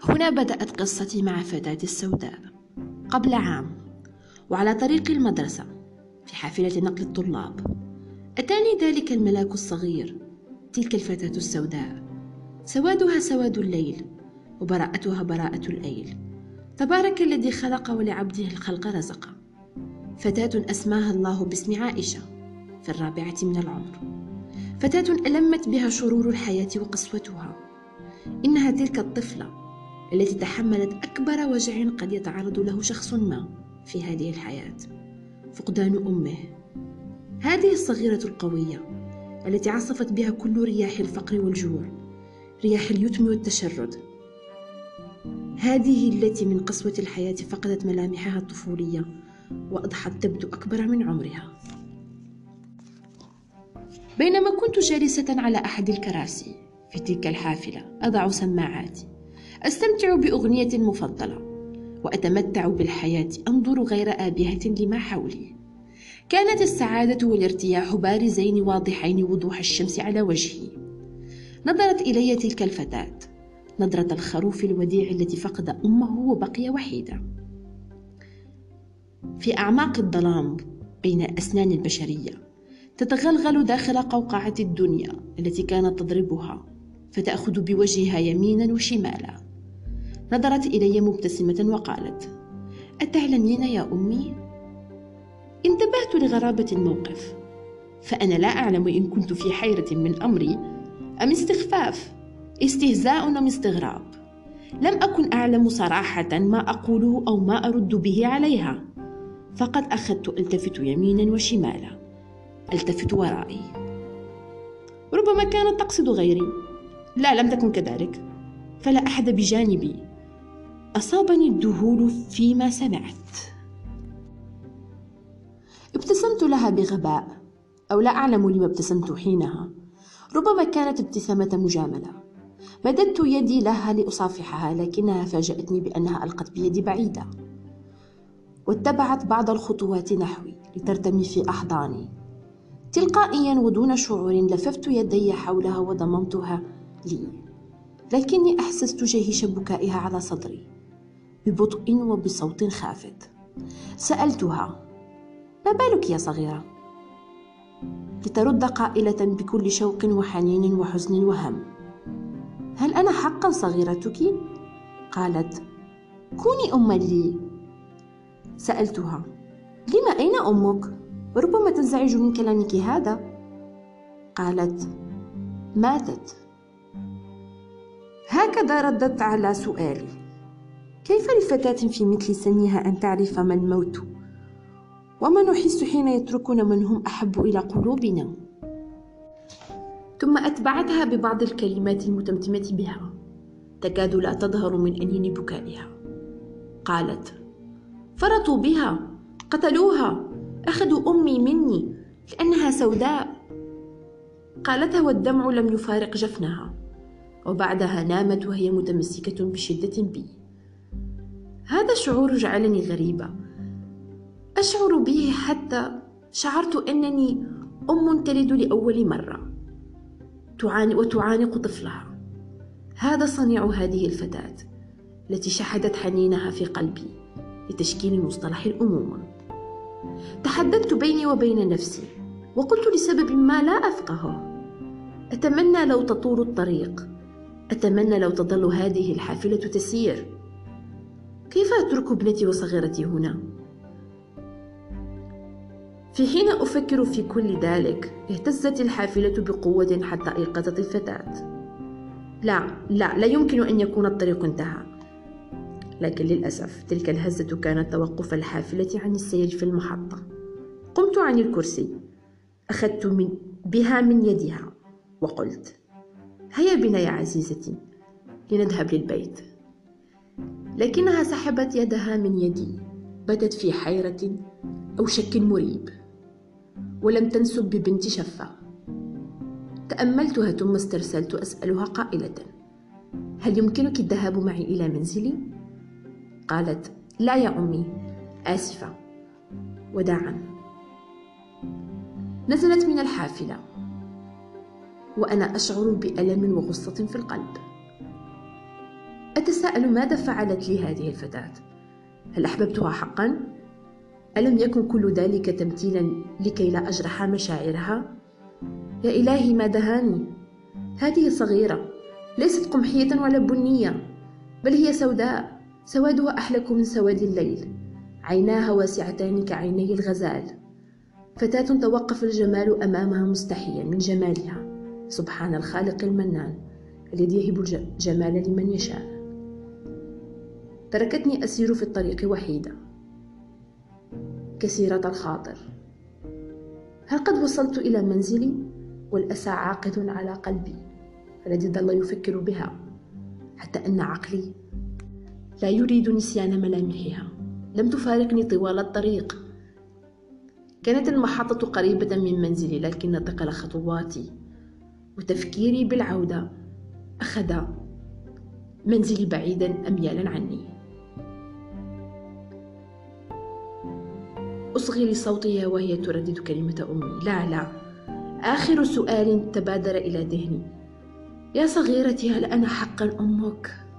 هنا بدأت قصتي مع فتاة السوداء قبل عام، وعلى طريق المدرسة في حافلة نقل الطلاب أتاني ذلك الملاك الصغير، تلك الفتاة السوداء، سوادها سواد الليل وبراءتها براءة الليل. تبارك الذي خلق ولعبده الخلق رزق. فتاة أسماها الله باسم عائشة في الرابعة من العمر، فتاة ألمت بها شرور الحياة وقسوتها. إنها تلك الطفلة التي تحملت أكبر وجع قد يتعرض له شخص ما في هذه الحياة، فقدان أمه. هذه الصغيرة القوية التي عصفت بها كل رياح الفقر والجوع، رياح اليتم والتشرد. هذه التي من قسوة الحياة فقدت ملامحها الطفولية وأضحت تبدو أكبر من عمرها. بينما كنت جالسة على أحد الكراسي في تلك الحافلة أضع سماعاتي، أستمتع بأغنية مفضلة وأتمتع بالحياة، أنظر غير آبهة لما حولي. كانت السعادة والارتياح بارزين واضحين وضوح الشمس على وجهي. نظرت إلي تلك الفتاة نظرة الخروف الوديع التي فقد أمه وبقي وحيدا. في أعماق الظلام بين أسنان البشرية تتغلغل داخل قوقعة الدنيا التي كانت تضربها، فتأخذ بوجهها يمينا وشمالا. نظرت إلي مبتسمة وقالت: أتعلمين يا أمي؟ انتبهت لغرابة الموقف، فأنا لا أعلم إن كنت في حيرة من أمري أم استخفاف، استهزاء أم استغراب. لم أكن أعلم صراحة ما أقوله أو ما أرد به عليها، فقد أخذت ألتفت يمينا وشمالا، ألتفت ورائي. ربما كانت تقصد غيري، لا، لم تكن كذلك، فلا أحد بجانبي. أصابني الذهول فيما سمعت. ابتسمت لها بغباء، أو لا أعلم لما ابتسمت حينها. ربما كانت ابتسامة مجاملة. مددت يدي لها لأصافحها، لكنها فاجأتني بأنها ألقت بيدي بعيدة واتبعت بعض الخطوات نحوي لترتمي في أحضاني. تلقائيا ودون شعور لففت يدي حولها وضممتها لي، لكني أحسست جيش بكائها على صدري ببطء وبصوت خافت. سألتها: ما بالك يا صغيرة؟ لترد قائلة بكل شوق وحنين وحزن وهم: هل أنا حقا صغيرتك؟ قالت: كوني أما لي. سألتها: لما أين أمك؟ وربما تنزعج من كلامك هذا. قالت: ماتت. هكذا ردت على سؤالي: كيف لفتاة في مثل سنها أن تعرف ما الموت وما نحس حين يتركنا من هم أحب إلى قلوبنا؟ ثم أتبعتها ببعض الكلمات المتمتمة بها تكاد لا تظهر من أنين بكائها. قالت: فرطوا بها، قتلوها، أخذوا أمي مني لأنها سوداء. قالتها والدمع لم يفارق جفنها، وبعدها نامت وهي متمسكة بشدة بي. هذا الشعور جعلني غريبة، أشعر به حتى شعرت أنني أم تلد لأول مرة وتعانق طفلها. هذا صنيع هذه الفتاة التي شحذت حنينها في قلبي لتشكيل مصطلح الأمومة. تحدثت بيني وبين نفسي وقلت لسبب ما لا أفقهه: أتمنى لو تطول الطريق، أتمنى لو تظل هذه الحافلة تسير. كيف أترك ابنتي وصغيرتي هنا؟ في حين أفكر في كل ذلك اهتزت الحافلة بقوة حتى أيقظت الفتاة. لا يمكن أن يكون الطريق انتهى. لكن للأسف تلك الهزة كانت توقف الحافلة عن السير في المحطة. قمت عن الكرسي، أخذت بها من يدها وقلت: هيا بنا يا عزيزتي لنذهب للبيت. لكنها سحبت يدها من يدي، بدت في حيرة أو شك مريب، ولم تنسب ببنت شفة. تأملتها ثم استرسلت أسألها قائلة: هل يمكنك الذهاب معي إلى منزلي؟ قالت: لا يا أمي، آسفة، وداعا. نزلت من الحافلة وأنا أشعر بألم وغصة في القلب. أتساءل ماذا فعلت لي هذه الفتاة؟ هل أحببتها حقا؟ ألم يكن كل ذلك تمثيلا لكي لا أجرح مشاعرها؟ يا إلهي ما دهاني. هذه صغيرة، ليست قمحية ولا بنية، بل هي سوداء، سوادها أحلك من سواد الليل، عيناها واسعتان كعيني الغزال. فتاة توقف الجمال أمامها مستحيا من جمالها. سبحان الخالق المنان الذي يهب الجمال لمن يشاء. تركتني أسير في الطريق وحيدة كثيرة الخاطر. هل قد وصلت إلى منزلي؟ والأسى عاقد على قلبي الذي ظل يفكر بها، حتى أن عقلي لا يريد نسيان ملامحها. لم تفارقني طوال الطريق. كانت المحطة قريبة من منزلي، لكن ثقل خطواتي وتفكيري بالعودة أخذ منزلي بعيدا أميالا عني. أصغي لصوتها وهي تردد كلمة أمي. لا، آخر سؤال تبادر إلى ذهني: يا صغيرتي، هل أنا حقا أمك؟